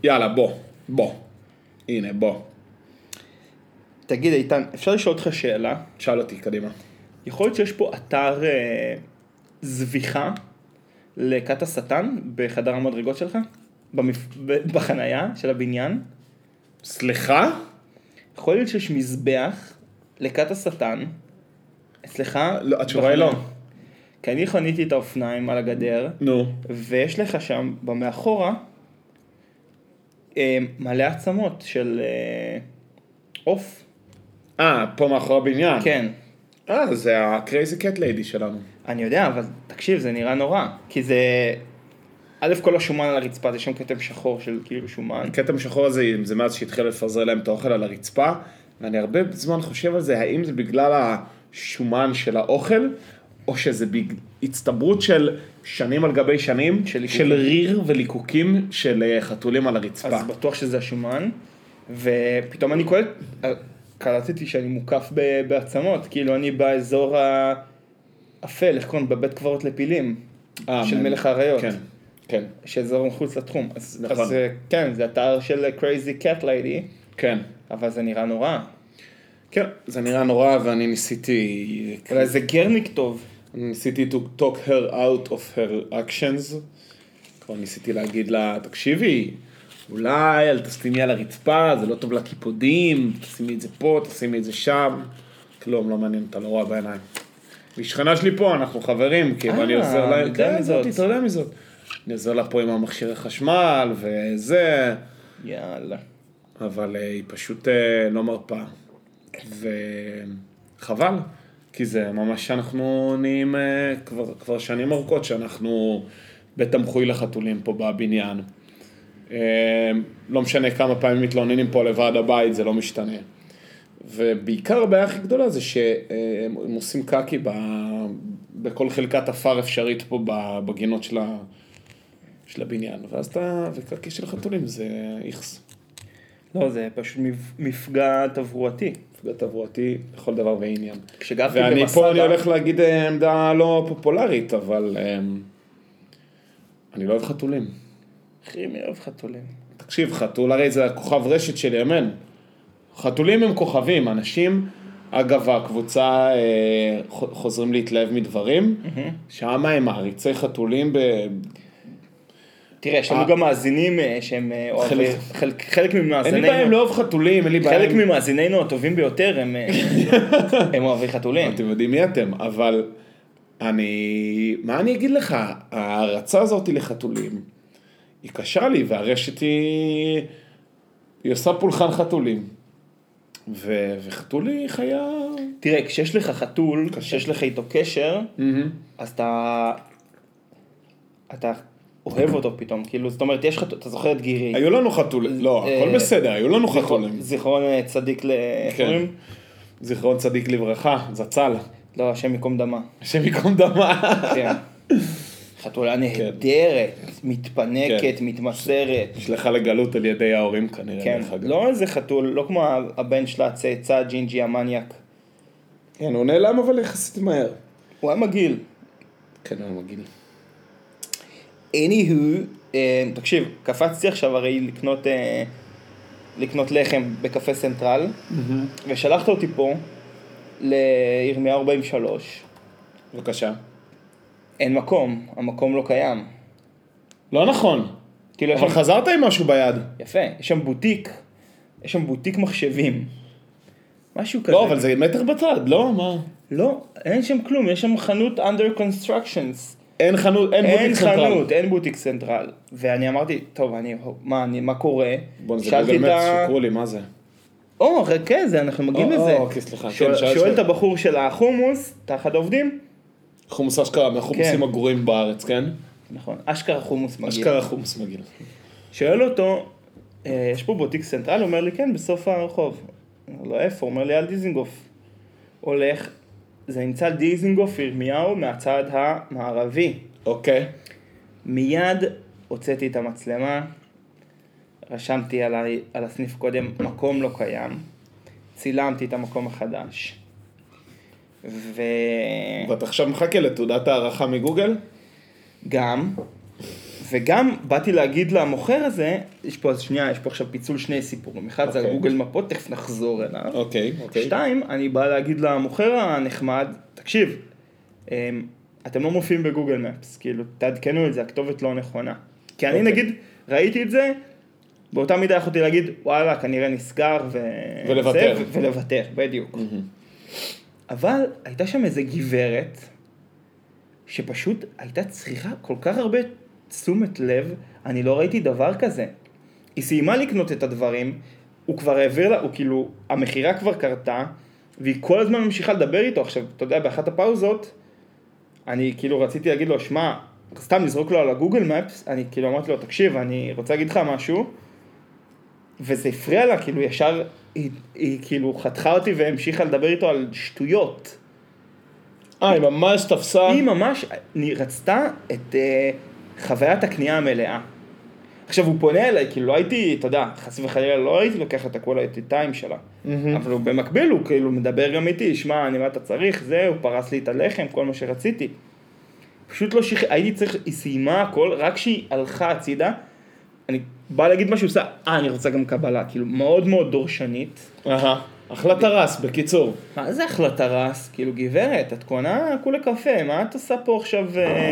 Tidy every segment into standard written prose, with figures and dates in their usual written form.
יאללה, בוא. הנה, בוא. תגיד, איתן, אפשר לשאול אותך שאלה? שאל אותי, קדימה. יכול להיות שיש פה אתר זביחה לכת השטן בחדר המדרגות שלך? בחנייה של הבניין? סליחה? יכול להיות שיש מזבח לכת השטן אצלך? לא, התשובה היא לא. כי אני חניתי את האופניים על הגדר, נו. ויש לך שם במאחורה מלא עצמות של עוף. פה מאחורי הבניין. כן. זה ה-Crazy Cat Lady שלנו. אני יודע, אבל תקשיב, זה נראה נורא. כי זה... א' כל השומן על הרצפה, זה שם כתם שחור של כאילו שומן. הכתם שחור הזה, זה מאז שהתחיל לפזר להם את האוכל על הרצפה, ואני הרבה זמן חושב על זה, האם זה בגלל השומן של האוכל, או שזה הצטברות של שנים על גבי שנים, של ריר וליקוקים של חתולים על הרצפה. אז בטוח שזה השומן, ופתאום אני קלטתי שאני מוקף בעצמות, כאילו אני באזור האפל, איך קוראים, בבית קברות לפילים, של מלך האריות. כן, כן. שאזור מחוץ לתחום. אז כן, זה אתר של Crazy Cat Lady. כן. אבל זה נראה נורא. כן, זה נראה נורא, ואני ניסיתי... אבל זה גרניק טוב. אני ניסיתי to talk her out of her actions. כבר ניסיתי להגיד לה, תקשיבי, אולי אל תשימי על הרצפה, זה לא טוב לקיפודים, תשימי את זה פה, תשימי את זה שם. כלום, לא מעניין, אתה לא רואה בעיניים. והשכנה שלי פה, אנחנו חברים, כי אני עוזר לה... אתה יודע מזאת. אני עוזר לה פה עם המכשיר החשמל וזה. יאללה. אבל היא פשוט לא מרפה. וחבל, כי זה ממש שאנחנו נהיים כבר שנים ארוכות שאנחנו בתמחוי לחתולים פה בבניין. לא משנה כמה פעמים מתלוננים פה לוועד הבית, זה לא משתנה. ובעיקר הבעיה הכי גדולה זה שהם עושים קקי בכל חלקת אפר אפשרית פה בגינות של הבניין. ואז וקקי של חתולים זה איכס. לא, זה פשוט מפגע תברואתי. מפגע תברואתי לכל דבר ועניין. כשגרתי ואני פה אני הולך להגיד עמדה לא פופולרית, אבל אני לא אוהב חתולים. אחי, מי אוהב חתולים? תקשיב, חתול הרי זה הכוכב רשת של ימן. חתולים הם כוכבים, אנשים, אגב הקבוצה חוזרים להתלהב מדברים, שמה הם מעריצי חתולים תראה, יש לנו גם מאזינים שהם חלק ממאזינינו. אין לי בעיה, הם לא אוהב חתולים, אין לי בעיה. חלק ממאזינינו הטובים ביותר הם אוהבי חתולים. אתם יודעים מי אתם, אבל מה אני אגיד לך, ההרצה הזאת לחתולים, היא קשה לי, והרשת היא עושה פולחן חתולים. וחתול היא חיה... תראה, כשיש לך חתול, כשיש לך איתו קשר, אז אתה אוהב אותו פתאום, כאילו, זאת אומרת, יש חתול, אתה זוכר את גירי. היו לנו חתול, לא, הכל בסדר, היו לנו חתולים. זיכרון צדיק כן, זיכרון צדיק לברכה, זצ"ל. לא, השם יקום דמה. השם יקום דמה. כן. חתולה נהדרת, מתפנקת, מתמסרת. נשלחה לגלות על ידי ההורים כנראה. כן, לא איזה חתול, לא כמו הבן שלה צאצא ג'ינג'י המניאק. כן, הוא נעלם אבל יחסית מהר. הוא היה מגעיל. כן, הוא היה מגעיל. anywho, תקשיב, קפצתי עכשיו הרי לקנות לחם בקפה סנטרל, ושלחת אותי פה לירמיה 43. בבקשה. אין מקום, המקום לא קיים. לא נכון, אבל חזרת עם משהו ביד. יפה, יש שם בוטיק מחשבים. משהו כזה. לא, אבל זה מטר בצד, לא? מה? לא, אין שם כלום, יש שם חנות under constructions. אין חנות, אין בוטיק סנטרל. אין חנות, אין בוטיק סנטרל. ואני אמרתי, טוב, מה קורה? בוא נזה גוגל מפס, שיקרו לי, מה זה? כן, אנחנו מגיעים לזה. אוקיי, סליחה. שואל את הבחור של החומוס, אתה אחד העובדים? חומוס אשכרה, מהחומוסים הגרועים בארץ, כן? נכון, אשכרה חומוס מגיע. אשכרה חומוס מגיע. שואל אותו, יש פה בוטיק סנטרל? הוא אומר לי, כן, בסוף הרחוב. לא, איפה? הוא אומר לי, על דיזינגוף. הולך, זה נמצא דיזינגוף ירמיהו מהצד המערבי. אוקיי. מיד הוצאתי את המצלמה, רשמתי על הסניף קודם, מקום לא קיים, צילמתי את המקום החדש. ואתה עכשיו מחכה לתעודת הערכה מגוגל? גם, וגם באתי להגיד למוכר הזה, יש פה עכשיו פיצול שני סיפורים. אחד זה גוגל מפות, תכף נחזור אליו. אוקיי. שתיים, אני בא להגיד למוכר הנחמד, תקשיב, אתם לא מופיעים בגוגל מפס, כאילו, תעדכנו את זה, הכתובת לא נכונה. כי אני נגיד, ראיתי את זה, באותה מידה יכולתי להגיד, וואלה, כנראה נסגר ולוותר, בדיוק. אבל הייתה שם איזה גברת, שפשוט הייתה צריכה כל כך הרבה תשומת לב, אני לא ראיתי דבר כזה. היא סיימה לקנות את הדברים, הוא כבר העביר לה, כאילו, המחירה כבר קרתה, והיא כל הזמן ממשיכה לדבר איתו. עכשיו, אתה יודע, באחת הפאוזות, אני כאילו רציתי להגיד לו, שמע, סתם לזרוק לו על הגוגל מפס, אני כאילו אמרתי לו, תקשיב, אני רוצה להגיד לך משהו, וזה הפריע לה, כאילו ישר, היא כאילו חתכה אותי והמשיכה לדבר איתו על שטויות. היא ממש תפסה. היא ממש רצתה את חוויית הקנייה המלאה. עכשיו הוא פונה אליי, כאילו לא הייתי, אתה יודע, חס וחלילה לא הייתי לוקח את הכל הטיים שלה. אבל הוא במקביל, הוא כאילו מדבר גם איתי, שמע, אני מה אתה צריך, זה, הוא פרס לי את הלחם, כל מה שרציתי. פשוט לא הייתי צריך, היא סיימה הכל, רק שהיא הלכה הצידה, אני בא להגיד משהו, עושה, אני רוצה גם קבלה, כאילו מאוד מאוד דורשנית. החלטה רס, בקיצור. מה זה החלטה רס? כאילו גברת, את קונה כולה קפה, מה את עושה פה עכשיו?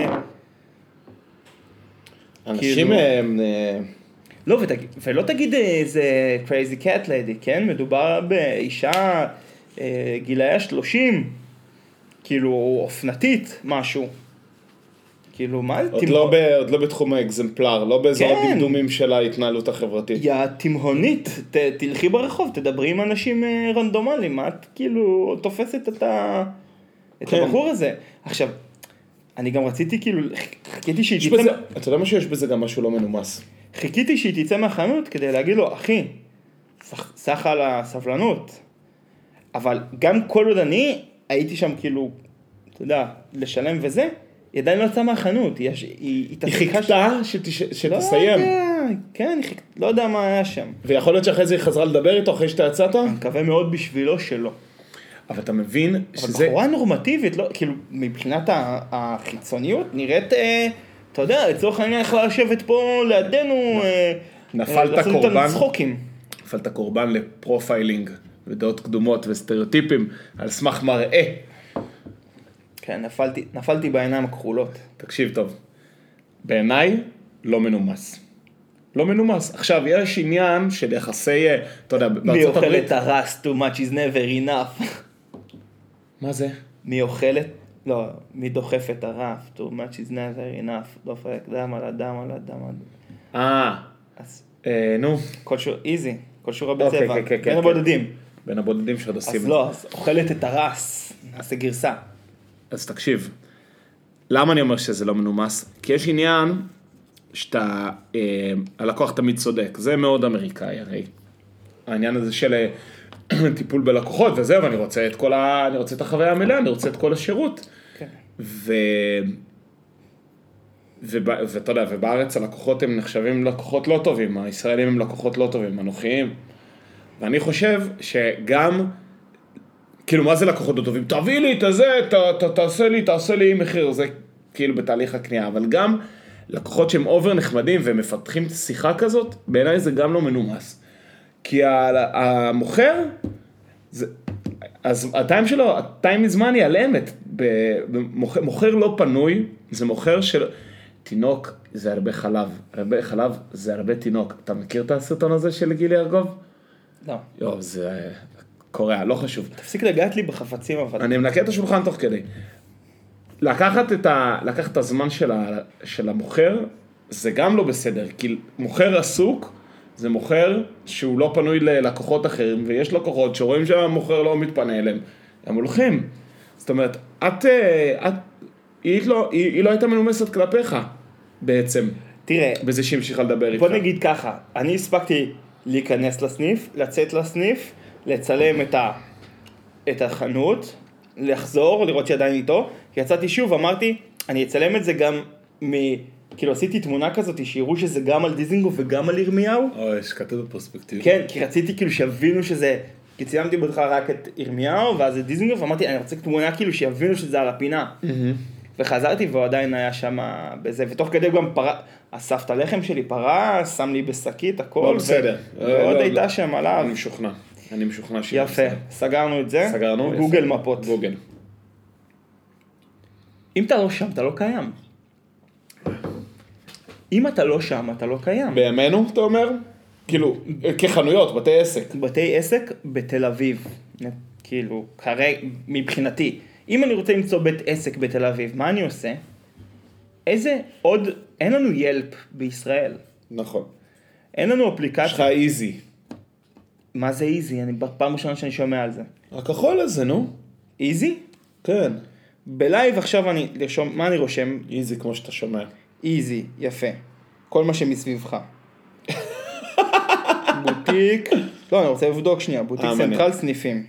אנשים... לא, ולא תגיד איזה crazy cat lady, כן? מדובר באישה גילאי 30, כאילו אופנתית, משהו. כאילו, מה זה? עוד לא בתחום האקזמפלר, לא באזור הדמדומים של ההתנהלות החברתית. יא תימהונית, תלכי ברחוב, תדברי עם אנשים רנדומליים, מה את כאילו תופסת את הבחור הזה. עכשיו, אני גם רציתי כאילו, חיכיתי שהיא תצא... אתה יודע מה שיש בזה גם משהו לא מנומס. חיכיתי שהיא תצא מהחנות כדי להגיד לו, אחי, סך על הסבלנות. אבל גם כל עוד אני הייתי שם כאילו, אתה יודע, לשלם וזה, היא עדיין לא יצאה מהחנות, היא חיכתה שתסיים. כן, לא יודע מה היה שם. ויכול להיות שאחרי זה היא חזרה לדבר איתו אחרי שאתה יצאת? אני מקווה מאוד בשבילו שלא. אבל אתה מבין שזה... אבל בחורה נורמטיבית, כאילו, מבחינת החיצוניות, נראית, אתה יודע, לצורך העניין יכלה לשבת פה לידינו, נפלת קורבן לפרופיילינג, ודעות קדומות וסטריאוטיפים, על סמך מראה. כן, נפלתי בעיניים הכחולות. תקשיב טוב, בעיניי לא מנומס. לא מנומס. עכשיו, יש עניין של יחסי, אתה יודע, מי אוכל את הרס, too much is never enough. מה זה? מי דוחף את הרף, too much is never enough. דופק דם על הדם על הדם. נו. איזי, כל שורה בצבע. בין הבודדים. בין הבודדים שעוד עושים את זה. אז לא, אז אוכלת את הרס, נעשה גרסה. אז תקשיב, למה אני אומר שזה לא מנומס? כי יש עניין שאתה, הלקוח תמיד צודק, זה מאוד אמריקאי הרי. העניין הזה של טיפול בלקוחות וזה, ואני רוצה את החוויה המלאה, אני רוצה את כל השירות. ואתה יודע, ובארץ הלקוחות הם נחשבים לקוחות לא טובים, הישראלים הם לקוחות לא טובים, אנוכיים. ואני חושב שגם, כאילו מה זה לקוחות לא טובים? תביא לי את זה, תעשה לי מחיר, זה כאילו בתהליך הקנייה, אבל גם לקוחות שהם אובר נחמדים ומפתחים שיחה כזאת, בעיניי זה גם לא מנומס. כי המוכר, אז הטיים מזמן היא עלמת, מוכר לא פנוי, זה מוכר של תינוק, זה הרבה חלב זה הרבה תינוק. אתה מכיר את הסרטון הזה של גילי ארגוב? לא. זה קורא, לא חשוב. תפסיק לגעת לי בחפצים אבל. אני מנקה את השולחן תוך כדי. לקחת את הזמן של המוכר, זה גם לא בסדר, כי מוכר עסוק, זה מוכר שהוא לא פנוי ללקוחות אחרים, ויש לקוחות שרואים שהמוכר לא מתפנה אליהם, הם הולכים. זאת אומרת, היא לא הייתה מנומסת כלפיך, בעצם. תראה, בזה שהמשיכה לדבר איתך. בוא נגיד ככה, אני הספקתי להיכנס לסניף, לצאת לסניף, לצלם את החנות, לחזור, לראות שעדיין איתו, יצאתי שוב, אמרתי, אני אצלם את זה גם כאילו עשיתי תמונה כזאת, שיראו שזה גם על דיזינגוף וגם על ירמיהו. השקעת בפרספקטיבה. כן, כי רציתי כאילו שיבינו שזה, כי צילמתי בדרך רק את ירמיהו, ואז את דיזינגוף, ואמרתי, אני רוצה תמונה כאילו שיבינו שזה על הפינה. וחזרתי והוא עדיין היה שם בזה, ותוך כדי גם אסף את הלחם שלי, פרס, שם לי בשקית, הכל. לא, בסדר. ועוד הייתה שם עליו. אני משוכנע שיהיה יפה, סגרנו את זה. סגרנו. גוגל מפות. גוגל. אם אתה לא שם, אתה לא קיים. אם אתה לא שם, אתה לא קיים. בימינו, אתה אומר? כאילו, כחנויות, בתי עסק. בתי עסק בתל אביב. כאילו, מבחינתי. אם אני רוצה למצוא בית עסק בתל אביב, מה אני עושה? אין לנו ילפ בישראל. נכון. אין לנו אפליקציה. יש לך איזי. מה זה איזי? אני פעם ראשונה שאני שומע על זה. הכחול הזה, נו. איזי? כן. בלייב עכשיו מה אני רושם? איזי כמו שאתה שומע. איזי, יפה. כל מה שמסביבך. בוטיק, לא, אני רוצה לבדוק שנייה, בוטיק סנטרל סניפים.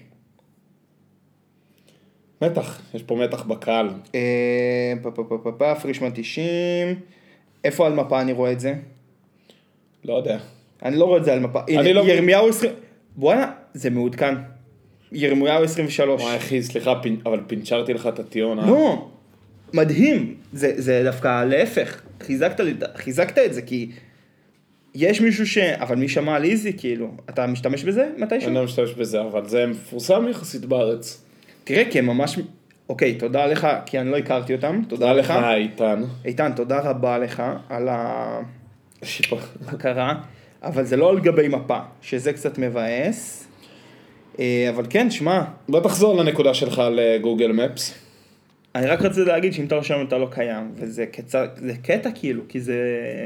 מתח, יש פה מתח בקהל. פרישמן 90, איפה על מפה אני רואה את זה? לא יודע. אני לא רואה את זה על מפה. ירמיהו 20, בואנה, זה מעודכן. ירמיהו 23. וואי אחי, סליחה, אבל פינצ'רתי לך את הטיון. לא, מדהים, זה דווקא להפך, חיזקת את זה, כי יש מישהו אבל מי שמע על איזי, כאילו, אתה משתמש בזה מתישהו? אני לא משתמש בזה, אבל זה מפורסם יחסית בארץ. תראה, כי הם ממש, אוקיי, תודה לך, כי אני לא הכרתי אותם, תודה לך. איתן. איתן, תודה רבה לך על ההכרה, אבל זה לא על גבי מפה, שזה קצת מבאס, אבל כן, שמע. בוא תחזור לנקודה שלך על גוגל מפס. אני רק רציתי להגיד שאם אתה לא שם אתה לא קיים, וזה קטע כאילו, כי זה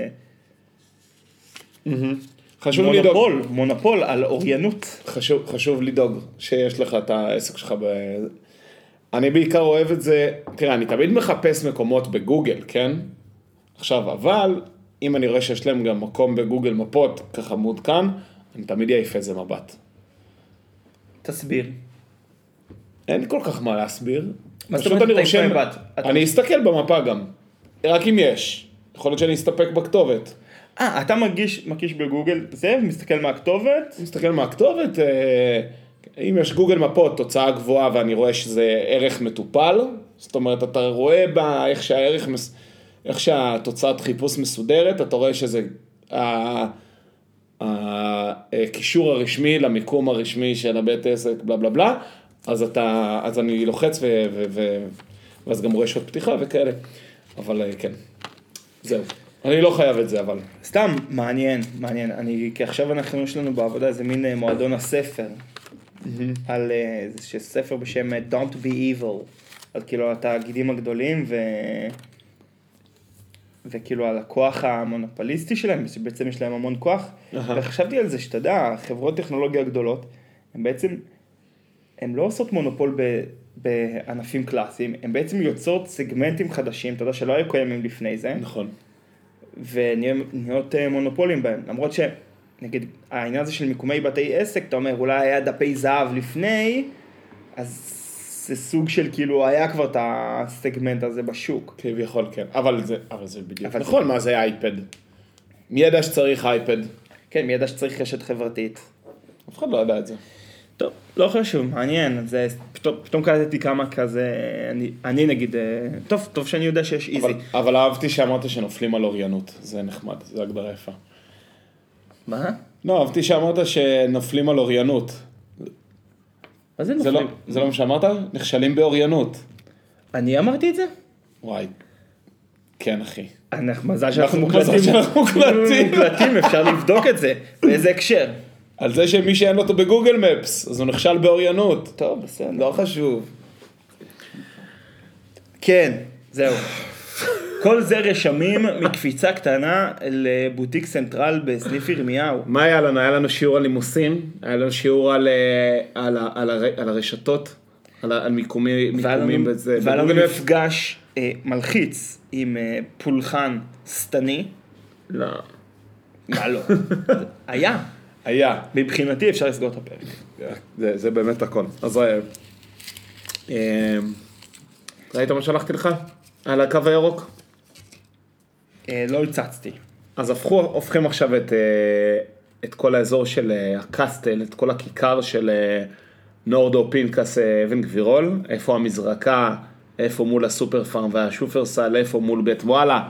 מונופול על אוריינות. חשוב לדאוג שיש לך את העסק שלך אני בעיקר אוהב את זה, תראה, אני תמיד מחפש מקומות בגוגל, כן? עכשיו, אבל אם אני רואה שיש להם גם מקום בגוגל מפות, ככה מעודכן, אני תמיד אעיף איזה מבט. תסביר. אין כל כך מה להסביר. פשוט אני רושם, אני אסתכל במפה גם, רק אם יש. יכול להיות שאני אסתפק בכתובת. אתה מגיש בגוגל, זה, מסתכל מה הכתובת? מסתכל מה הכתובת, אם יש גוגל מפות, תוצאה גבוהה ואני רואה שזה ערך מטופל, זאת אומרת, אתה רואה בה איך שהתוצאת חיפוש מסודרת, אתה רואה שזה הקישור הרשמי למיקום הרשמי של הבית עסק, בלה בלה בלה, אז אני לוחץ ואז גם רואה שעות פתיחה וכאלה, אבל כן, זהו. אני לא חייב את זה, אבל. סתם, מעניין. כי עכשיו יש לנו בעבודה איזה מין מועדון הספר, על איזה ספר בשם Don't be evil, על כאילו התאגידים הגדולים, וכאילו על הכוח המונופוליסטי שלהם, שבעצם יש להם המון כוח, וחשבתי על זה שאתה יודע, חברות טכנולוגיה גדולות, הן בעצם, הן לא עושות מונופול בענפים קלאסיים, הן בעצם יוצרות סגמנטים חדשים, אתה יודע שלא היו קיימים לפני זה. נכון. ונהיות מונופולים בהם, למרות שנגיד העניין הזה של מיקומי בתי עסק, אתה אומר אולי היה דפי זהב לפני, אז זה סוג של כאילו היה כבר את הסגמנט הזה בשוק. כביכול כן, אבל זה בדיוק נכון, מה זה אייפד? מי ידע שצריך אייפד? כן, מי ידע שצריך רשת חברתית? אף אחד לא ידע את זה. טוב, לא חשוב, מעניין, זה פתאום קלטתי כמה כזה, אני נגיד, טוב שאני יודע שיש איזי. אבל אהבתי שאמרת שנופלים על אוריינות, זה נחמד, זה הגדרה יפה. מה? לא, אהבתי שאמרת שנופלים על אוריינות. מה זה נופלים? זה לא מה שאמרת? נכשלים באוריינות. אני אמרתי את זה? וואי, כן אחי. מזל שאנחנו מוקלטים, אפשר לבדוק את זה, באיזה הקשר. על זה שמי שאין אותו בגוגל מפס, אז הוא נכשל באוריינות. טוב, בסדר. לא חשוב. כן, זהו. כל זה רשמים מקפיצה קטנה לבוטיק סנטרל בסניף ירמיהו. מה היה לנו? היה לנו שיעור על לימוסים, היה לנו שיעור על הרשתות, על מיקומים בזה. והיה לנו מפגש מלחיץ עם פולחן סתני. לא. מה לא? היה. מבחינתי אפשר לסגור את הפרק. זה באמת הכל. אז ראית מה שלחתי לך? על הקו הירוק? לא הצצתי. אז הופכים עכשיו את כל האזור של הקסטל, את כל הכיכר של נורדו פינקס אבן גבירול, איפה המזרקה איפה מול הסופר פארם והשופרסל, איפה מול בית וואלה.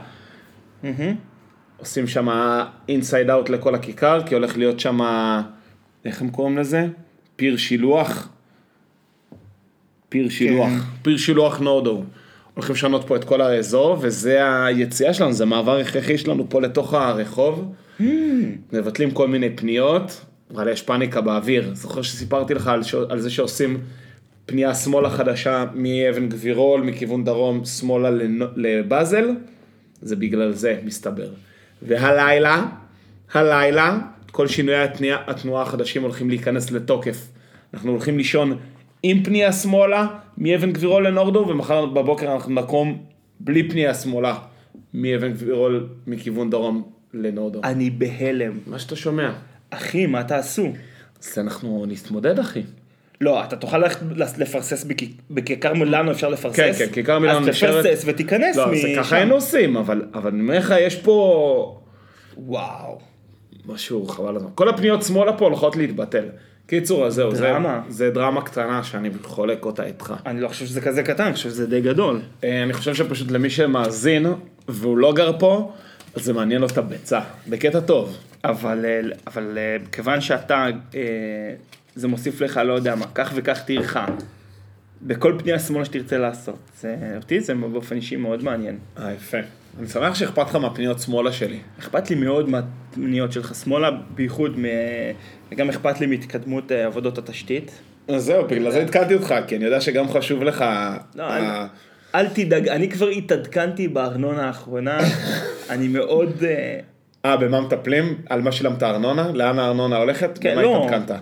עושים שם אינסייד אאוט לכל הכיכר, כי הולך להיות שם, איך הם קוראים לזה? פיר שילוח. פיר שילוח נורדו. הולכים לשנות פה את כל האזור, וזה היציאה שלנו, זה מעבר הכרחי שלנו פה לתוך הרחוב. מבטלים כל מיני פניות, אבל יש פאניקה באוויר. זוכר שסיפרתי לך על זה שעושים פנייה שמאלה חדשה מאבן גבירול, מכיוון דרום, שמאלה לבאזל? זה בגלל זה מסתבר. והלילה, כל שינויי התנועה החדשים הולכים להיכנס לתוקף. אנחנו הולכים לישון עם פנייה שמאלה, מאבן גבירול לנורדו, ומחר בבוקר אנחנו נקום בלי פנייה שמאלה, מאבן גבירול מכיוון דרום לנורדו. אני בהלם. מה שאתה שומע. אחי, מה תעשו? אז אנחנו נתמודד, אחי. לא, אתה תוכל לפרסס בכיכר מילאנו, אפשר לפרסס? כן, כן, כיכר מילאנו נשארת. אז תפרסס ותיכנס לא, זה ככה היינו עושים, אבל נראה לך, יש פה... וואו. משהו חבל הזמן. כל הפניות שמאלה פה הולכות להתבטל. קיצור, זהו, זה דרמה קטנה שאני חולק אותה איתך. אני לא חושב שזה כזה קטן, אני חושב שזה די גדול. אני חושב שפשוט למי שמאזין, והוא לא גר פה, אז זה מעניין לו את הביצה, בקטע טוב. אבל כיוון שאתה, זה מוסיף לך, לא יודע מה, כך וכך תירך, בכל פנייה שמאלה שתרצה לעשות. אותי זה באופן אישי מאוד מעניין. יפה. אני שמח שאכפת לך מהפניות שמאלה שלי. אכפת לי מאוד מהפניות שלך שמאלה, בייחוד, וגם אכפת לי מהתקדמות עבודות התשתית. אז זהו, בגלל זה התקלתי אותך, כי אני יודע שגם חשוב לך... לא, אל תדאג, אני כבר התעדכנתי בארנונה האחרונה, אני מאוד... במה מטפלים? על מה שילמת הארנונה? לאן הארנונה הולכת? כן, במה לא. התעדכנת?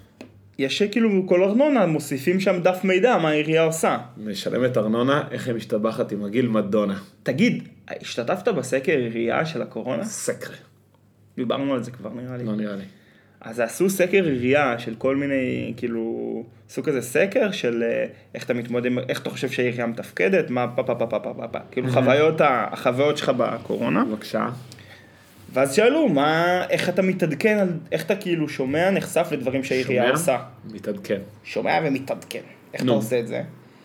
יש כאילו כל ארנונה, מוסיפים שם דף מידע, מה העירייה עושה. משלמת ארנונה, איך היא משתבחת עם הגיל מדונה. תגיד, השתתפת בסקר עירייה של הקורונה? סקר. דיברנו על זה כבר, נראה לי. לא נראה לי. אז עשו סקר עירייה של כל מיני, כאילו, עשו כזה סקר של איך אתה מתמודד, איך אתה חושב שהעירייה מתפקדת, מה כאילו החוויות שלך בקורונה. בבקשה. ואז שאלו, איך אתה מתעדכן, איך אתה כאילו שומע, נחשף לדברים שהעירייה עושה. מתעדכן. שומע ומתעדכן. איך אתה עושה את זה?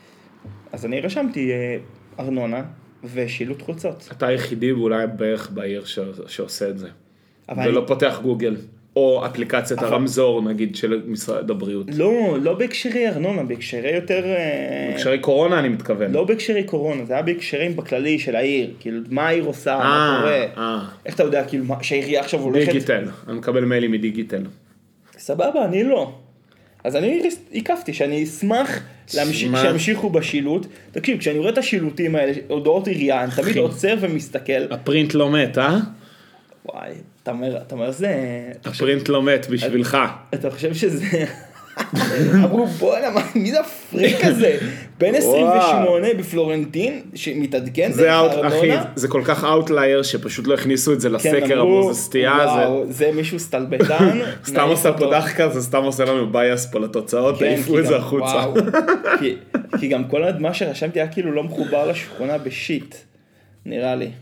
אז אני רשמתי ארנונה ושילוט חולצות. אתה היחידי ואולי בערך בעיר שעושה את זה. ולא פותח גוגל. או אפליקציית הרמזור, נגיד, של משרד הבריאות. לא בהקשרי ארנונה, בהקשרי יותר... בהקשרי קורונה אני מתכוון. לא בהקשרי קורונה, זה היה בהקשרים בכללי של העיר. כאילו, מה העיר עושה, מה קורה. איך אתה יודע, כאילו, שהעירייה עכשיו הולכת... דיגיטל, אני מקבל מיילים מדיגיטל. סבבה, אני לא. אז אני עיקפתי, שאני אשמח שימשיכו בשילוט. תקשיב, כשאני רואה את השילוטים האלה, הודעות עירייה, אני תמיד עוצר ומסתכל. הפרינט לא מת, וואי, אתה אומר זה... הפרינט לא מת בשבילך. אתה חושב שזה... אמרו בואנה, מי זה הפריק הזה? בן 28 בפלורנטין שמתעדכן זה אחי, זה כל כך אאוטלייר שפשוט לא הכניסו את זה לסקר, אמרו זה סטייה. וואו, זה מישהו סטלבטן. סתם עושה פה דחקה, זה סתם עושה לנו בייס פה לתוצאות, תעיפו את זה החוצה. כי גם כל מה שרשמתי היה כאילו לא מחובר לשכונה בשיט, נראה לי.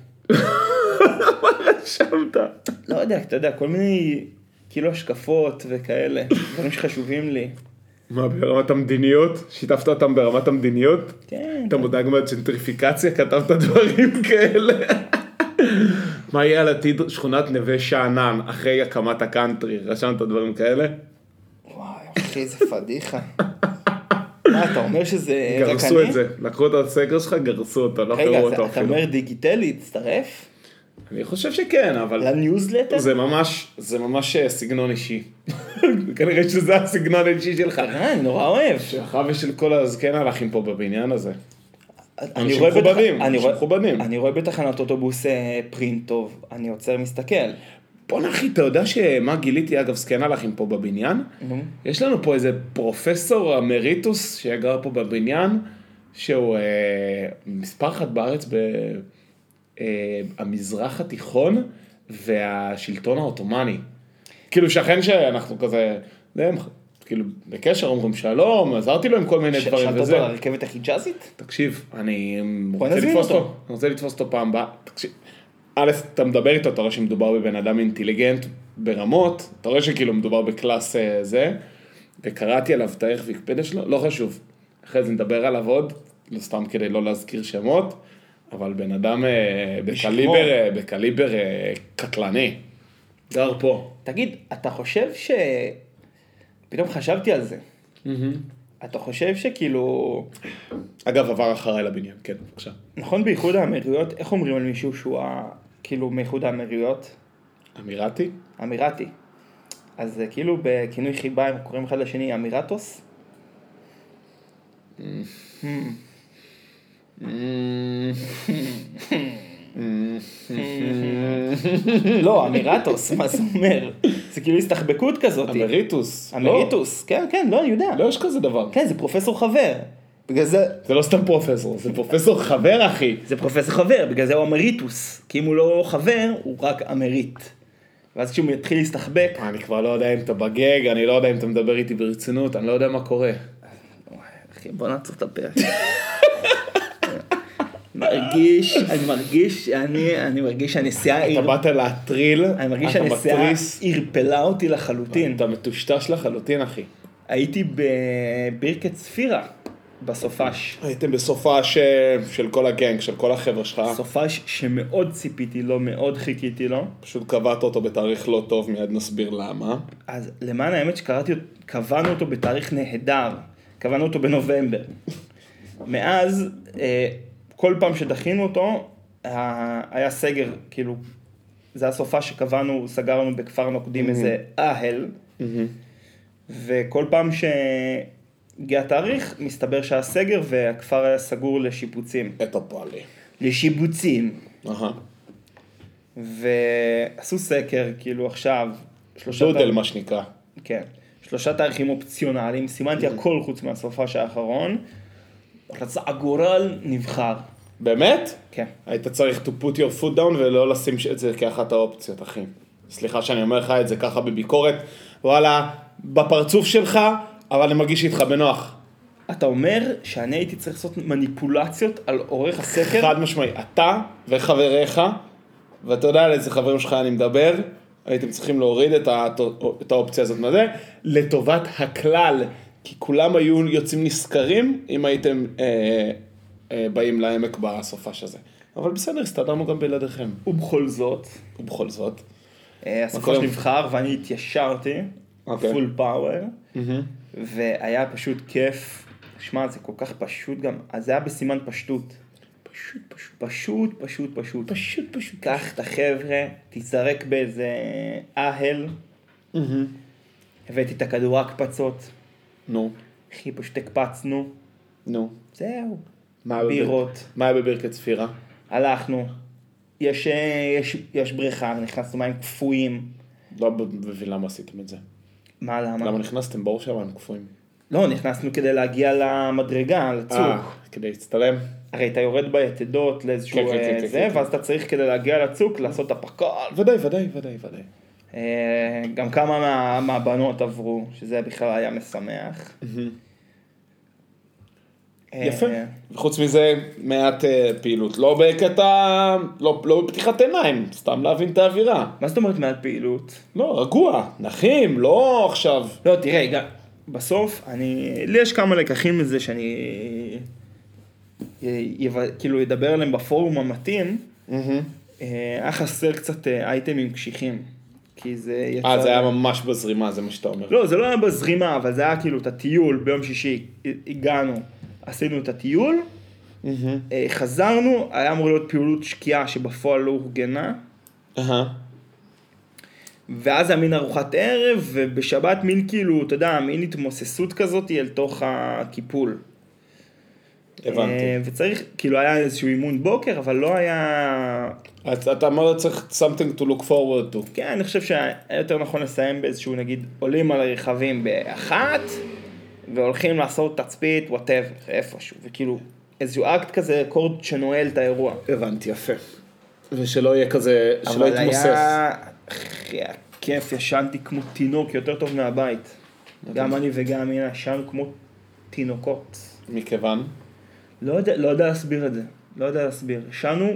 מה רשמת? לא יודע, אתה יודע, כל מיני כאילו השקפות וכאלה, דברים שחשובים לי. מה, ברמת המדיניות? שיתפת אותם ברמת המדיניות? כן. אתה מודאג מהצ'נטריפיקציה, כתבת דברים כאלה. מה יהיה על עתיד שכונת נווה שאנן אחרי הקמת הקאנטרי? רשמת דברים כאלה? וואי, אחי, זה פדיחה. מה, אתה אומר שזה רק אני? גרסו את זה, לקחו את הסקר שלך, גרסו אותו, לא קראו אותו אפילו. רגע, אתה אומר דיגיטלי, תצטרף? אני חושב שכן, אבל... לניוזלטר? זה ממש סגנון אישי. כנראה שזה הסגנון האישי שלך. אני נורא אוהב. שלך ושל כל הזקן הלכים פה בבניין הזה. אנשים מכובדים. אני רואה בתחנת אוטובוס פרינט טוב, אני עוצר מסתכל. בוא נחי, אתה יודע שמה גיליתי, אגב, זקן הלכים פה בבניין? יש לנו פה איזה פרופסור אמריטוס שגר פה בבניין, שהוא מספר אחת בארץ המזרח התיכון והשלטון העות'מאני. כאילו שכן שאנחנו כזה, כאילו בקשר אומרים שלום, עזרתי לו עם כל מיני דברים וזה. שאלת אותו לרכבת החיג'אזית? תקשיב, אני רוצה לתפוס אותו פעם הבאה. תקשיב, א', אתה מדבר איתו, אתה רואה שמדובר בבן אדם אינטליגנט ברמות, אתה רואה שכאילו מדובר בקלאס זה, וקראתי עליו את הערך ויקפדיה שלו, לא חשוב. אחרי זה נדבר עליו עוד, לא סתם כדי לא להזכיר שמות, אבל בן אדם בקליבר קטלני, גר פה. תגיד, אתה חושב פתאום חשבתי על זה. אתה חושב שכאילו... אגב, עבר אחריי לבניין, כן, בבקשה. נכון, באיחוד האמירויות, איך אומרים על מישהו שהוא כאילו מאיחוד האמירויות? אמירתי? אמירתי. אז כאילו בכינוי חיבה הם קוראים אחד לשני אמירטוס? לא, אמירטוס, מה זה אומר? זה כאילו הסתחבקות כזאת. אמריטוס. אמריטוס, כן, כן, לא, אני יודע. לא, יש כזה דבר. כן, זה פרופסור חבר. בגלל זה... זה לא סתם פרופסור, זה פרופסור חבר, אחי. זה פרופסור חבר, בגלל זה הוא אמריטוס. כי אם הוא לא חבר, הוא רק אמריט. ואז כשהוא מתחיל להסתחבק... אני כבר לא יודע אם אתה בגג, אני לא יודע אם אתה מדבר איתי ברצינות, אני לא יודע מה קורה. אחי, בוא נעצור את הפרק. אני מרגיש שהנסיעה... אתה באת להטריל, אני מרגיש שהנסיעה הרפלה אותי לחלוטין. אתה מטושטש לחלוטין, אחי. הייתי בבירקת ספירה, בסופש. הייתם בסופש של כל הגנג, של כל החבר'ה שלך. סופש שמאוד ציפיתי לו, מאוד חיכיתי לו. פשוט קבעת אותו בתאריך לא טוב, מיד נסביר למה. אז למען האמת קבענו אותו בתאריך נהדר. קבענו אותו בנובמבר. מאז, כל פעם שדחינו אותו, היה סגר, כאילו, זה הסופה שקבענו, סגרנו בכפר נוקדים איזה אהל, וכל פעם שהגיע תאריך, מסתבר שהיה סגר, והכפר היה סגור לשיפוצים. את הפועלי. לשיבוצים. ועשו סקר, כאילו עכשיו, דודל מה שנקרא. כן. 3 תאריכים אופציונליים, סימנתי הכל חוץ מהסופש האחרון, רצה הגורל נבחר. באמת? כן. היית צריך to put your foot down ולא לשים את זה כאחת האופציות, אחי. סליחה שאני אומר לך את זה ככה בביקורת, וואלה, בפרצוף שלך, אבל אני מרגיש איתך בנוח. אתה אומר שאני הייתי צריך לעשות מניפולציות על עורך הסקר? חד משמעי, אתה וחבריך, ואתה יודע על איזה חברים שלך אני מדבר, הייתם צריכים להוריד את האופציה הזאת מזה, לטובת הכלל, כי כולם היו יוצאים נשכרים אם הייתם באים לעמק בסופש הזה. אבל בסדר, הסתדרנו גם בלעדיכם. ובכל זאת, הסופש נבחר ואני התיישרתי, פול פאוור, והיה פשוט כיף. שמע, זה כל כך פשוט גם, אז זה היה בסימן פשטות. פשוט. קח את החבר'ה, תזרק באיזה אהל, הבאתי את הכדור הקפצות. נו. אחי, פשוט הקפצנו. נו. זהו. בירות. מה היה בבירקת ספירה? הלכנו. יש בריכה, נכנסנו מים קפואים. לא מבין למה עשיתם את זה. מה, למה? למה נכנסתם? ברור שהמים קפואים. לא, נכנסנו כדי להגיע למדרגה, לצוק. כדי להצטלם. הרי אתה יורד ביתדות לאיזשהו זה, ואז אתה צריך כדי להגיע לצוק לעשות הפקל. ודאי. גם כמה מהבנות עברו, שזה בכלל היה משמח. יפה. וחוץ מזה, מעט פעילות. לא בקטע, לא בפתיחת עיניים, סתם להבין את האווירה. מה זאת אומרת מעט פעילות? לא, רגוע, נחים, לא עכשיו. לא, תראה, בסוף, לי יש כמה לקחים מזה שאני כאילו ידבר עליהם בפורום המתאים, היה חסר קצת אייטמים קשיחים. כי זה יצא... זה היה ממש בזרימה, זה מה שאתה אומר. לא, זה לא היה בזרימה, אבל זה היה כאילו את הטיול, ביום שישי הגענו, עשינו את הטיול, חזרנו, היה אמור להיות פעילות שקיעה שבפועל לא הורגנה, ואז היה מין ארוחת ערב, ובשבת מין כאילו, אתה יודע, מין התמוססות כזאת אל תוך הקיפול. הבנתי. וצריך, כאילו היה איזשהו אימון בוקר, אבל לא היה... אתה אמרת צריך something to look forward to. כן, אני חושב שהיה יותר נכון לסיים באיזשהו, נגיד, עולים על הרכבים באחת, והולכים לעשות תצפית, whatever, איפשהו, וכאילו, איזשהו אקט כזה, קורד שנועל את האירוע. הבנתי, יפה. ושלא יהיה כזה, שלא יתמוסס. אבל היה כיף, ישנתי כמו תינוק, יותר טוב מהבית. גם אני וגם אמין ישנו כמו תינוקות. מכיוון? לא יודע להסביר את זה. לא יודע להסביר. ישנו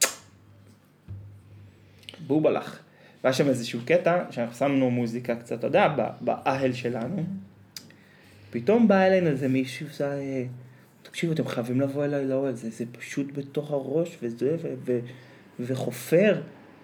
בובלח. והיה שם איזשהו קטע, שאנחנו שמנו מוזיקה קצת, אתה יודע, באהל שלנו. פתאום בא אלינו איזה מישהו, תקשיבו, אתם חייבים לבוא אליי לאוהל, זה פשוט בתוך הראש, וזה, וחופר.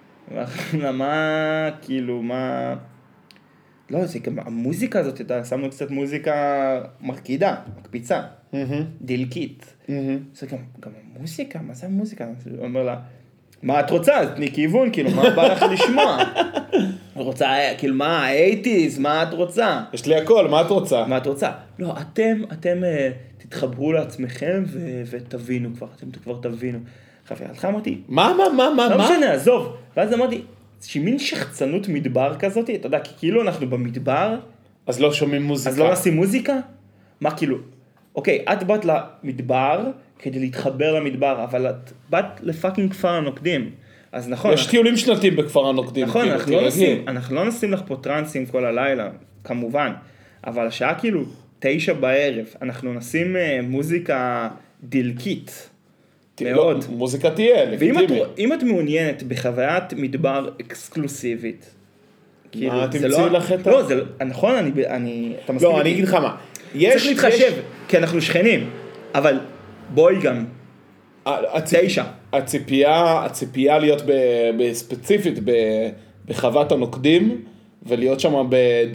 מה, כאילו, מה... לא, זה גם המוזיקה הזאת, שמנו קצת מוזיקה מרקידה, מקפיצה, דלקית. זה גם המוזיקה, מה זה המוזיקה? הוא אומר לה, מה את רוצה? תני כיוון, כאילו, מה בא לך לשמוע? רוצה, כאילו, מה, ה-80s, מה את רוצה? יש לי הכל, מה את רוצה? מה את רוצה? לא, אתם תתחברו לעצמכם ותבינו כבר, אתם כבר תבינו. לך אמרתי, מה? לא משנה, עזוב. ואז אמרתי, שהיא מין שחצנות מדבר כזאת, אתה יודע, כי כאילו אנחנו במדבר, אז לא שומעים מוזיקה. אז לא נשים מוזיקה? מה כאילו? אוקיי, את באת למדבר כדי להתחבר למדבר, אבל את באת לפאקינג כפר הנוקדים. אז נכון. יש טיולים שנתיים בכפר הנוקדים. נכון, אנחנו לא נשים לך פה טרנסים כל הלילה, כמובן. אבל השעה כאילו 9 בערב, אנחנו נשים מוזיקה דלקית. מאוד. מוזיקה תהיה, לגיטימית. ואם את מעוניינת בחוויית מדבר אקסקלוסיבית, מה, תמצאי לך את ה... לא, נכון, אתה מסכים? לא, אני אגיד לך מה. צריך להתחשב, כי אנחנו שכנים, אבל בואי גם, 9. הציפייה להיות בספציפית בחוות הנוקדים, ולהיות שם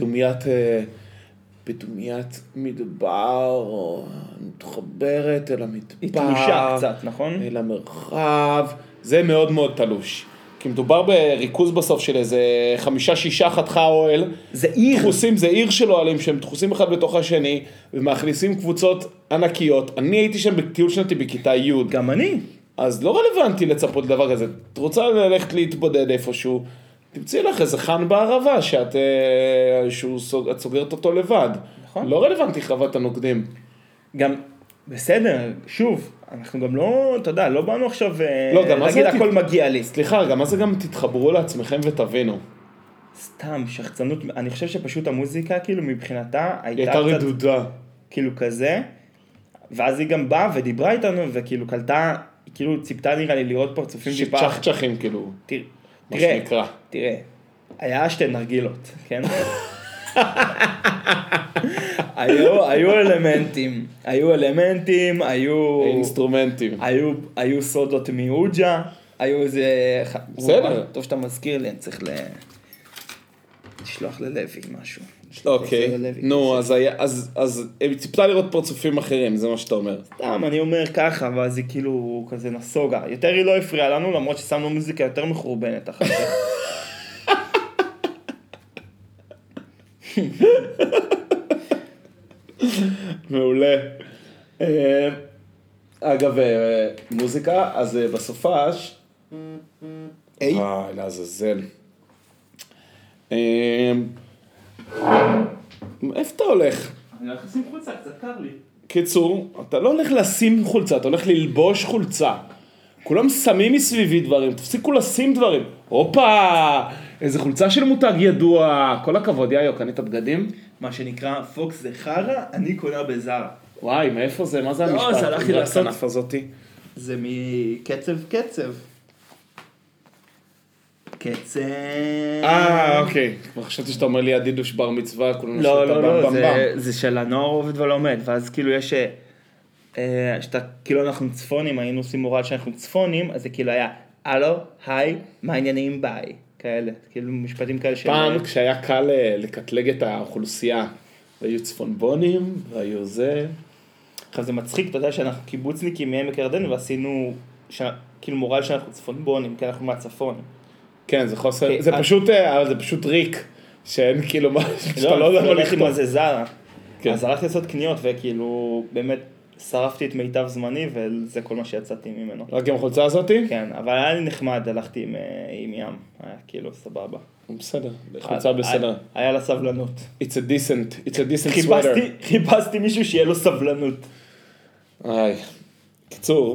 בדומיית מדבר, מתחברת אל המדבר. היא תלושה קצת, נכון? אל המרחב, זה מאוד מאוד תלוש. כי מדובר בריכוז בסוף של איזה 5-6 חתכה אוהל. זה עיר. זה עיר של אוהלים שהם דחוסים אחד בתוך השני, ומאכניסים קבוצות ענקיות. אני הייתי שם בטיול שנתי בכיתה י'. גם אני. אז לא רלוונטי לצפות לדבר כזה. את רוצה ללכת להתבודד איפשהו, תמצאי לך איזה חן בערבה שאת סוגרת אותו לבד. נכון. לא רלוונטי חוות הנוקדים. גם, בסדר, שוב, אנחנו גם לא, אתה יודע, לא באנו עכשיו להגיד הכל מגיע לי. סליחה, גם מה זה גם תתחברו לעצמכם ותבינו. סתם, שחצנות, אני חושב שפשוט המוזיקה, כאילו, מבחינתה, הייתה רדודה. כאילו כזה, ואז היא גם באה ודיברה איתנו, וכאילו קלטה, כאילו ציפתה נראה לי לראות פרצופים טיפה. צ'חצ'חים, כאילו. מה שנקרא. תראה, היה 2 נרגילות, כן? היו אלמנטים, היו אינסטרומנטים. היו סודות מיוג'ה, היו איזה... בסדר. טוב שאתה מזכיר לי, אני צריך לשלוח ללוי משהו. אוקיי, נו, אז היא ציפתה לראות פרצופים אחרים, זה מה שאתה אומר. סתם, אני אומר ככה, ואז היא כאילו כזה נסוגה. יותר היא לא הפריעה לנו, למרות ששמנו מוזיקה יותר מחורבנת אחר כך. מעולה. אגב, מוזיקה, אז בסופש... לעזאזל. איפה אתה הולך? אני הולך לשים חולצה, קצת קר לי. קיצור, אתה לא הולך לשים חולצה, אתה הולך ללבוש חולצה. כולם שמים מסביבי דברים, תפסיקו לשים דברים. הופה, איזה חולצה של מותג ידוע, כל הכבוד, יאיו, קנית בגדים? מה שנקרא פוקס זה חרה, אני קונה בזארה. וואי, מאיפה זה? מה זה המשפט? לא, אז הלכתי לעשות... הזאתי? זה מקצב. קצב. אוקיי. כבר חשבתי שאתה אומר לי הדידוש בר מצווה, כולנו לא, זה של הנוער עובד ולומד, ואז כאילו יש... שאתה, כאילו אנחנו צפונים, היינו עושים מורל שאנחנו צפונים, אז זה כאילו היה, הלו, היי, מה העניינים, ביי, כאלה, כאילו משפטים כאלה של... פעם כשהיה קל לקטלג את האוכלוסייה, היו צפונבונים, והיו זה... עכשיו זה מצחיק, אתה יודע שאנחנו קיבוצניקים מעמק ירדן, ועשינו כאילו מורל שאנחנו צפונבונים, כי אנחנו מהצפון. כן, זה חוסר, זה פשוט ריק, שאין כאילו מה, שאתה לא יודע לא לכתוב. מה זה זרה. אז הלכתי לעשות קניות, וכאילו באמת שרפתי את מיטב זמני, וזה כל מה שיצאתי ממנו. רק עם החולצה הזאתי? כן, אבל היה לי נחמד, הלכתי עם ים, היה כאילו סבבה. בסדר, חולצה בסדר. היה לה סבלנות. It's a decent sweater. חיפשתי מישהו שיהיה לו סבלנות. קיצור,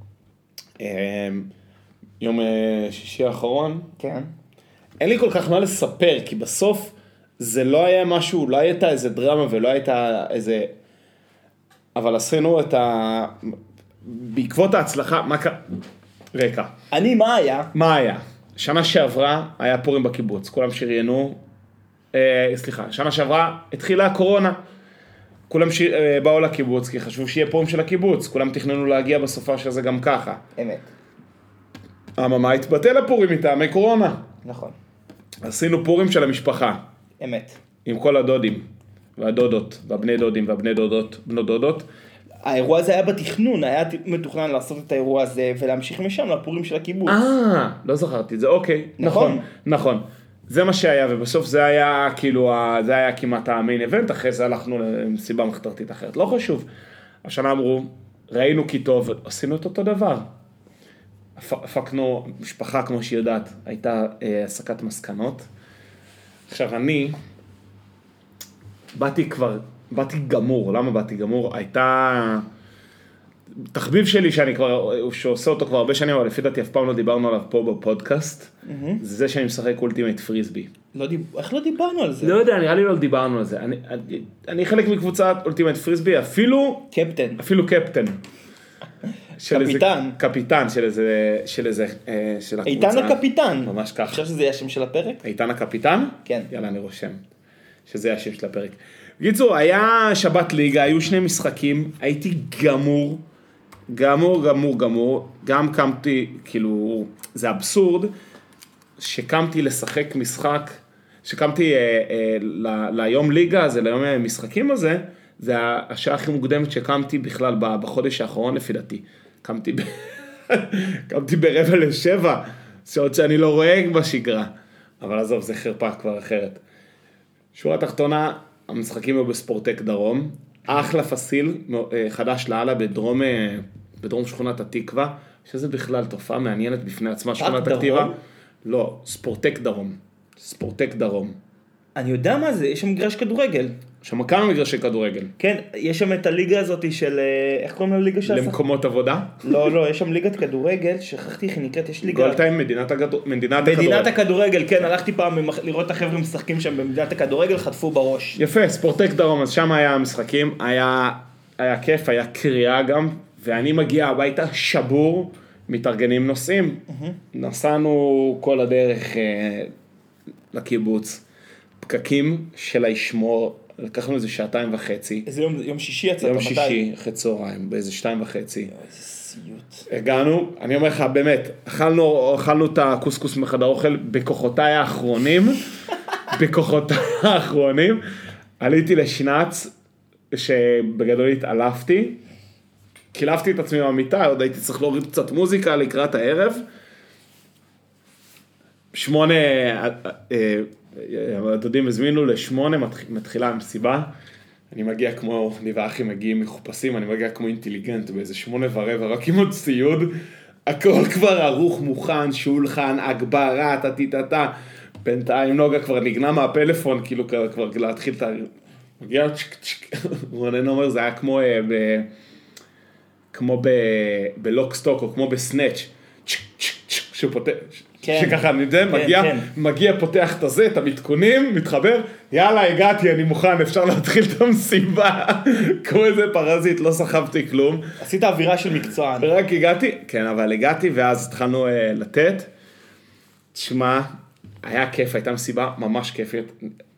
יום שישי האחרון, כן. אין לי כל כך מה לספר, כי בסוף זה לא היה משהו, לא הייתה איזה דרמה ולא הייתה איזה... אבל עשינו את בעקבות ההצלחה, רקע. מה היה? מה היה? שנה שעברה היה פורים בקיבוץ, כולם שריינו, שנה שעברה התחילה הקורונה, כולם באו לקיבוץ, כי חשבו שיהיה פורים של הקיבוץ, כולם תכננו להגיע בסופה של זה גם ככה. אמת. אממה התבטל הפורים מטעמי קורונה. נכון. עשינו פורים של המשפחה. אמת. עם כל הדודים, והדודות, והבני דודים, והבני דודות, בנות דודות. האירוע הזה היה בתכנון, היה מתוכנן לעשות את האירוע הזה, ולהמשיך משם לפורים של הקיבוץ. לא זכרתי את זה, אוקיי. נכון. נכון. זה מה שהיה, ובסוף זה היה כאילו, זה היה כמעט המיין איבנט, אחרי זה הלכנו למסיבה מחתרתית אחרת, לא חשוב. השנה אמרו, ראינו כי טוב, עשינו את אותו דבר. הפקנו, משפחה כמו שהיא יודעת, הייתה הסקת מסקנות. עכשיו אני, באתי גמור, למה באתי גמור? הייתה, תחביב שלי שעושה אותו כבר הרבה שנים, אבל לפי דעתי אף פעם לא דיברנו עליו פה בפודקאסט, זה זה שאני משחק אולטימט פריסבי. איך לא דיברנו על זה? לא יודע, נראה לי לא דיברנו על זה. אני חלק מקבוצת אולטימט פריסבי, אפילו קפטן. קפיטן של הקבוצה. איתן הקפיטן. ממש ככה. חושב שזה יהיה השם של הפרק? איתן הקפיטן? כן. יאללה, אני רושם. שזה יהיה השם של הפרק. בקיצור, היה שבת ליגה, היו 2 משחקים, הייתי גמור. גם קמתי, כאילו, זה אבסורד, שקמתי לשחק משחק, שקמתי ליום ליגה הזה, ליום המשחקים הזה, זה השעה הכי מוקדמת שקמתי בכלל בחודש האחרון לפי דעתי. קמתי ב6:45, שעות שאני לא רואה בשגרה. אבל עזוב, זה חרפה כבר אחרת. שורה תחתונה, המשחקים היו בספורטק דרום, אחלה פסיל, חדש לעלה בדרום שכונת התקווה, שזה בכלל תופעה מעניינת בפני עצמה, שכונת הכתיבה. לא, ספורטק דרום. אני יודע מה זה, יש שם מגרש כדורגל. שם כמה מגרשי כדורגל. כן, יש שם את הליגה הזאת של, איך קוראים לליגה שלך? למקומות עבודה? לא, יש שם ליגת כדורגל, שכחתי איך היא נקראת, יש ליגה... גולטיים, מדינת הכדורגל, כן, הלכתי פעם לראות את החבר'ה משחקים שם במדינת הכדורגל, חטפו בראש. יפה, ספורטק דרום, אז שם היה המשחקים, היה כיף, היה קריאה גם, ואני מגיע הביתה שבור, מתארגנים נוסעים. נסענו כל הדרך לקיבוץ, פקקים של הישמור, לקחנו איזה 2.5. איזה יום שישי יצאת? יום שישי, אחרי צהריים, באיזה 2.5. איזה סיוט. הגענו, אני אומר לך, באמת, אכלנו את הקוסקוס מחדר אוכל בכוחותיי האחרונים, עליתי לשנץ, שבגדול התעלפתי, קילפתי את עצמי במיטה, עוד הייתי צריך להוריד קצת מוזיקה לקראת הערב, 8, הדודים הזמינו ל8, מתחילה המסיבה, אני מגיע כמו, אני ואחי מגיעים מחופשים, אני מגיע כמו אינטליגנט, באיזה 8:15, רק עם עוד ציוד, הכל כבר ערוך, מוכן, שולחן, הגברה, תתתתה, בינתיים נוגה כבר נגנה מהפלאפון, כאילו כבר להתחיל את מגיע, רונן אומר, זה היה כמו בלוקסטוק, או כמו בסנאץ', שהוא פותח, שככה אני יודע, מגיע, פותח את הזה, את המתכונים, מתחבר, יאללה, הגעתי, אני מוכן, אפשר להתחיל את המסיבה, כמו איזה פרזית, לא סחבתי כלום. עשית אווירה של מקצוען. רק הגעתי, כן, אבל הגעתי, ואז התחלנו לתת, תשמע, היה כיף, הייתה מסיבה ממש כיפית,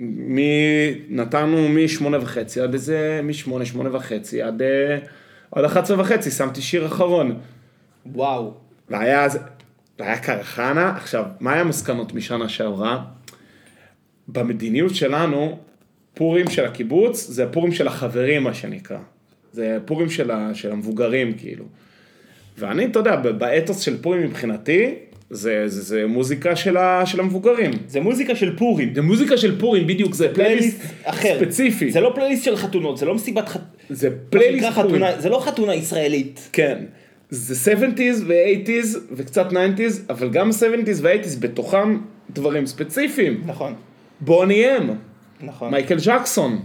נתנו מ8:30 עד איזה, מ8:30 עד 11:30, שמתי שיר אחרון. וואו. והיה קרחנה. עכשיו, מה היה המסקנות משנה שעברה? במדיניות שלנו, פורים של הקיבוץ, זה פורים של החברים, מה שנקרא. זה פורים של המבוגרים, כאילו. ואני, אתה יודע, באתוס של פורים מבחינתי, זה מוזיקה של המבוגרים. זה מוזיקה של פורים. זה מוזיקה של פורים, בדיוק, זה פלייליסט אחר. ספציפי. זה לא פלייליסט של חתונות, זה לא מסיבת זה פלייליסט פורים. זה לא חתונה ישראלית. כן. זה 70s ו-80s וקצת 90s, אבל גם 70s ו-80s בתוכם דברים ספציפיים. נכון. בוני אם. נכון. מייקל ג'קסון.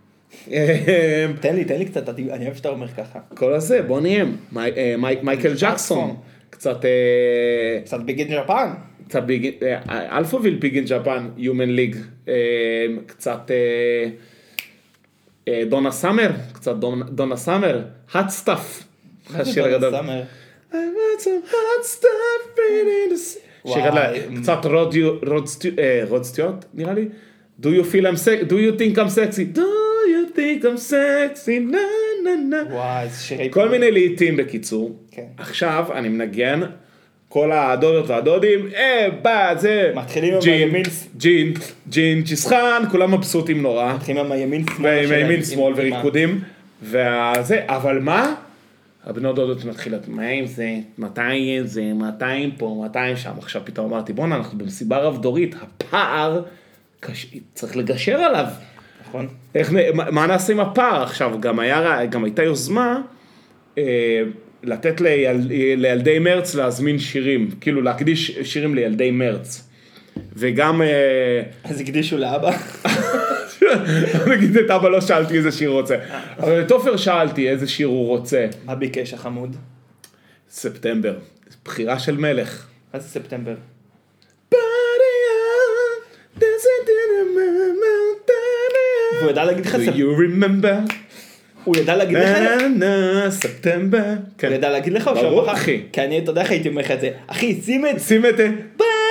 תן לי קצת, אני אוהב שאתה אומר ככה. כל הזה, בוני אם. מייקל ג'קסון. קצת ביגין ג'פן. קצת ביגין, אלפאביל ביגין ג'פן, Human League. קצת דונה סאמר. קצת דונה סאמר. Hot Stuff. השיר גדול. I want some hot stuff in the sea. קצת רוד סטיוט, נראה לי. Do you think I'm sexy? Do you think I'm sexy, נה נה נה. וואי, איזה שירי... כל מיני לעיתים בקיצור. כן. עכשיו אני מנגן, כל הדודות והדודים, זה... מתחילים עם ג'ין, הימין... ג'ין, צ'יסחן, כולם מבסוטים נורא. מתחילים עם הימין שמאל ועם שלהם, הימין שמאל עם וריקודים. וזה, אבל מה? הבנות דודות מתחילות, מה עם זה? מתי זה? מתי פה? מתי שם? עכשיו פתאום אמרתי, בוא'נה, אנחנו במסיבה רב דורית, הפער, צריך לגשר עליו. נכון. מה נעשה עם הפער? עכשיו, גם הייתה יוזמה לתת לילדי מרץ להזמין שירים, כאילו להקדיש שירים לילדי מרץ. וגם... אז הקדישו לאבא. נגיד את אבא לא שאלתי איזה שיר הוא רוצה, אבל את אופר שאלתי איזה שיר הוא רוצה. מה ביקש החמוד? ספטמבר, בחירה של מלך. מה זה ספטמבר? והוא ידע להגיד לך Do you remember? הוא ידע להגיד לך? ספטמבר. הוא ידע להגיד לך? ברור אחי. כי אני אתה יודע איך הייתי אומר לך את זה. אחי שים את שים את זה.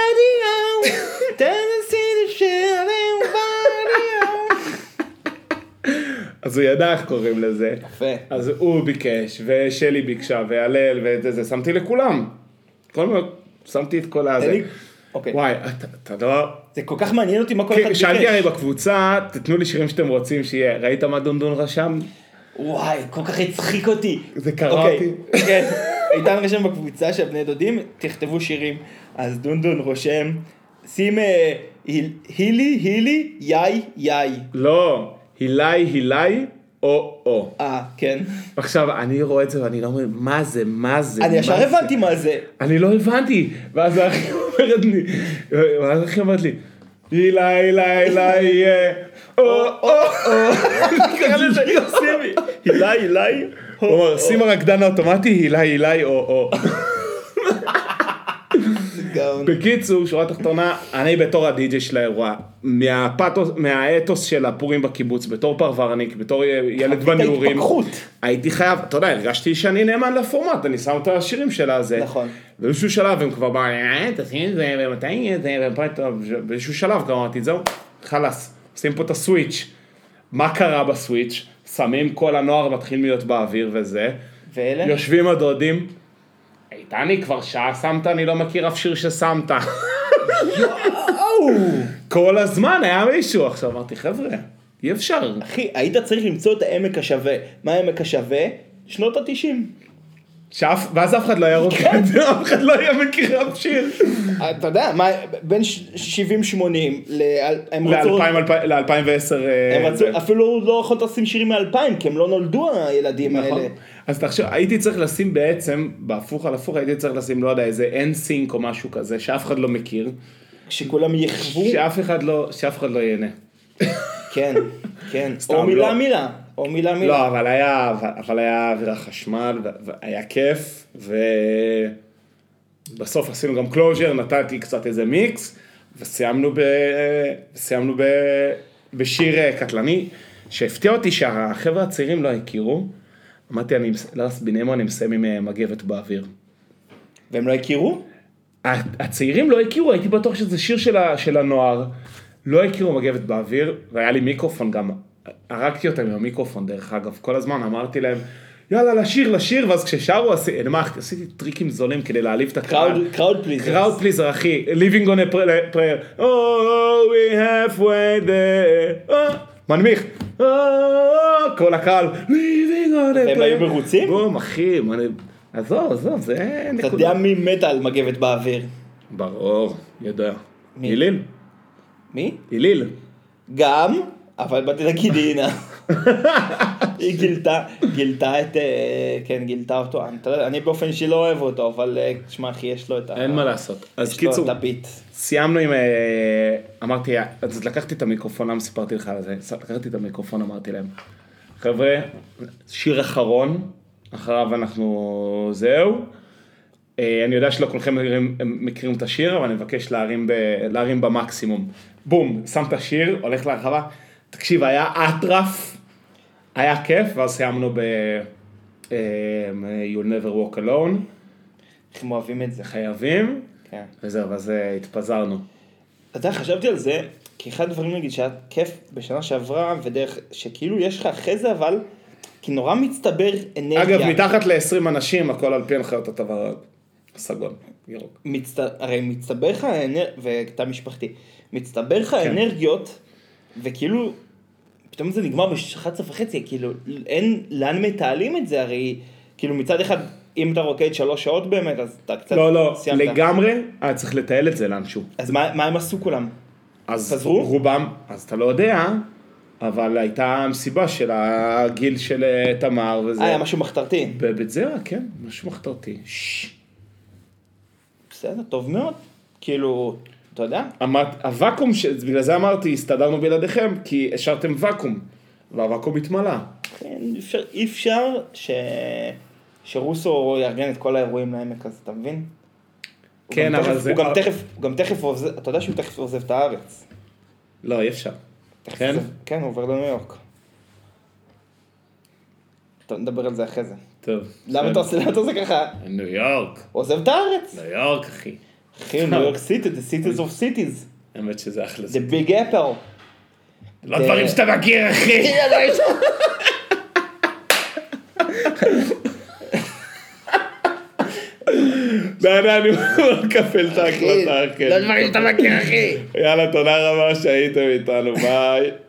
אז הוא ידע איך קוראים לזה. יפה. אז הוא ביקש, ושלי ביקשה, והלל, וזה, שמתי לכולם. שמתי את כל הזה. אוקיי. וואי, אתה לא... זה כל כך מעניין אותי מה כל אחד ביקש. שאלתי הרי בקבוצה, תתנו לי שירים שאתם רוצים שיהיה. ראית מה דונדון רשם? וואי, כל כך הצחיק אותי. זה קרה אותי. כן. איתן רשם בקבוצה של בני דודים, תכתבו שירים. אז דונדון רושם, שים הילי, יאי. לא, הילי, או. כן. עכשיו, אני רואה את זה ואני לא אומר, מה זה? אני ישר הבנתי מה זה. אני לא הבנתי. ואז האחי אומרת לי, הילי, או. הילי. הוא אומר, שים הרקדן האוטומטי, הילי, או. בקיצור, שורה תחתונה, אני בתור הדי-ג'יי של האירוע, מהאתוס של הפורים בקיבוץ, בתור פרברניק, בתור ילד בנעורים, הייתי חייב, אתה יודע, הרגשתי שאני נאמן לפורמט, אני שם את השירים שלה הזה, נכון. באיזשהו שלב הם כבר באו, תשים את זה, ומתי יהיה זה, באיזשהו שלב כבר אמרתי, זהו, חלס, עושים פה את הסוויץ', מה קרה בסוויץ', שמים כל הנוער מתחיל להיות באוויר וזה, יושבים הדודים, איתני כבר שעה שמת, אני לא מכיר אף שיר ששמת. כל הזמן היה מישהו. עכשיו אמרתי, חבר'ה, אי אפשר. אחי, היית צריך למצוא את העמק השווה. מה העמק השווה? שנות ה-90. ואז אף אחד לא היה רוקד, אף אחד לא היה מכיר אף שיר. אתה יודע, בין 70-80 ל-2010. אפילו לא יכולת לשים שירים מ-2000, כי הם לא נולדו הילדים האלה. אז תחשוב, הייתי צריך לשים בעצם, בהפוך על הפוך, הייתי צריך לשים, לא יודע, איזה אין-סינק או משהו כזה, שאף אחד לא מכיר. שכולם יחוו. שאף אחד לא ייהנה. כן. או מילה. לא, אבל היה אווירה חשמל, והיה כיף, ובסוף עשינו גם קלוז'ר, נתתי קצת איזה מיקס, וסיימנו בשיר קטלני, שהפתיע אותי שהחבר'ה הצעירים לא הכירו, אמרתי, ביניהם אני מסיים עם מגבת באוויר. והם לא הכירו? הצעירים לא הכירו, הייתי בטוח שזה שיר של הנוער, לא הכירו מגבת באוויר, והיה לי מיקרופון גם, הרגתי אותם עם המיקרופון דרך אגב, כל הזמן אמרתי להם, יאללה לשיר, ואז כששרו עשיתי טריקים זולים כדי להעליב את הקהל. קראוד פליזר. קראוד פליזר אחי, living on a prayer, oh we halfway there, מנמיך, כל הקהל, living on a prayer. הם היו מרוצים? בום אחי, עזוב, זה נקודה. אתה יודע מי מת על מגבת באוויר? ברור, יודע. מי? היליל. מי? היליל. גם, אבל באתי להגיד הנה. היא גילתה אותו. אני באופן שלא אוהב אותו, אבל תשמע אחי, יש לו את ה... אין מה לעשות. אז יש לו קיצור, את הביט. סיימנו עם... אמרתי, אז לקחתי את המיקרופון, למה סיפרתי לך על זה? לקחתי את המיקרופון, אמרתי להם, חבר'ה, שיר אחרון, אחריו אנחנו... זהו. אני יודע שלא כולכם מכירים את השיר, אבל אני מבקש להרים במקסימום. בום, שם את השיר, הולך להרחבה. תקשיב, היה אטרף, היה כיף, ואז סיימנו You'll Never Walk Alone. איך אוהבים את זה? חייבים, כן. וזהו, ואז התפזרנו. אתה יודע, חשבתי על זה, כי אחד הדברים נגיד שהיה כיף בשנה שעברה, ודרך שכאילו יש לך אחרי זה, אבל כי נורא מצטבר אנרגיה. אגב, מתחת ל-20 אנשים, הכל על פי הנחיות התו הסגול, ירוק. הרי מצטבר לך, וכתא משפחתי, מצטבר לך כן. אנרגיות, וכאילו, פתאום זה נגמר ב-11:30, כאילו, אין לאן מתעלים את זה, הרי, כאילו מצד אחד, אם אתה רוקד 3 שעות באמת, אז אתה קצת לא, סיימת. לגמרי, צריך לתעל את זה לאנשהו. אז מה הם עשו כולם? אז חזרו? רובם, אז אתה לא יודע, אבל הייתה מסיבה של הגיל של תמר וזה. היה משהו מחתרתי. בבית זרע, כן, משהו מחתרתי. בסדר, טוב מאוד. כאילו, אתה יודע? הוואקום, בגלל זה אמרתי, הסתדרנו בלעדיכם, כי השארתם ואקום, והוואקום התמלא. כן, אי אפשר שרוסו יארגן את כל האירועים לעמק הזה, אתה מבין? כן, אבל זה... הוא גם תכף עוזב, אתה יודע שהוא תכף עוזב את הארץ. לא, אי אפשר. כן? כן, הוא עובר לניו יורק. נדבר על זה אחרי זה. טוב. למה אתה עושה ככה? ניו יורק. הוא עוזב את הארץ. ניו יורק, אחי. אחי, ניו יורק סיטי, the cities of cities. האמת שזה אחלה. The big apple. לא דברים שאתה מכיר, אחי. אני מקפל את ההקלטה. לא דברים שאתה מכיר, אחי. יאללה, תודה רבה שהייתם איתנו, ביי.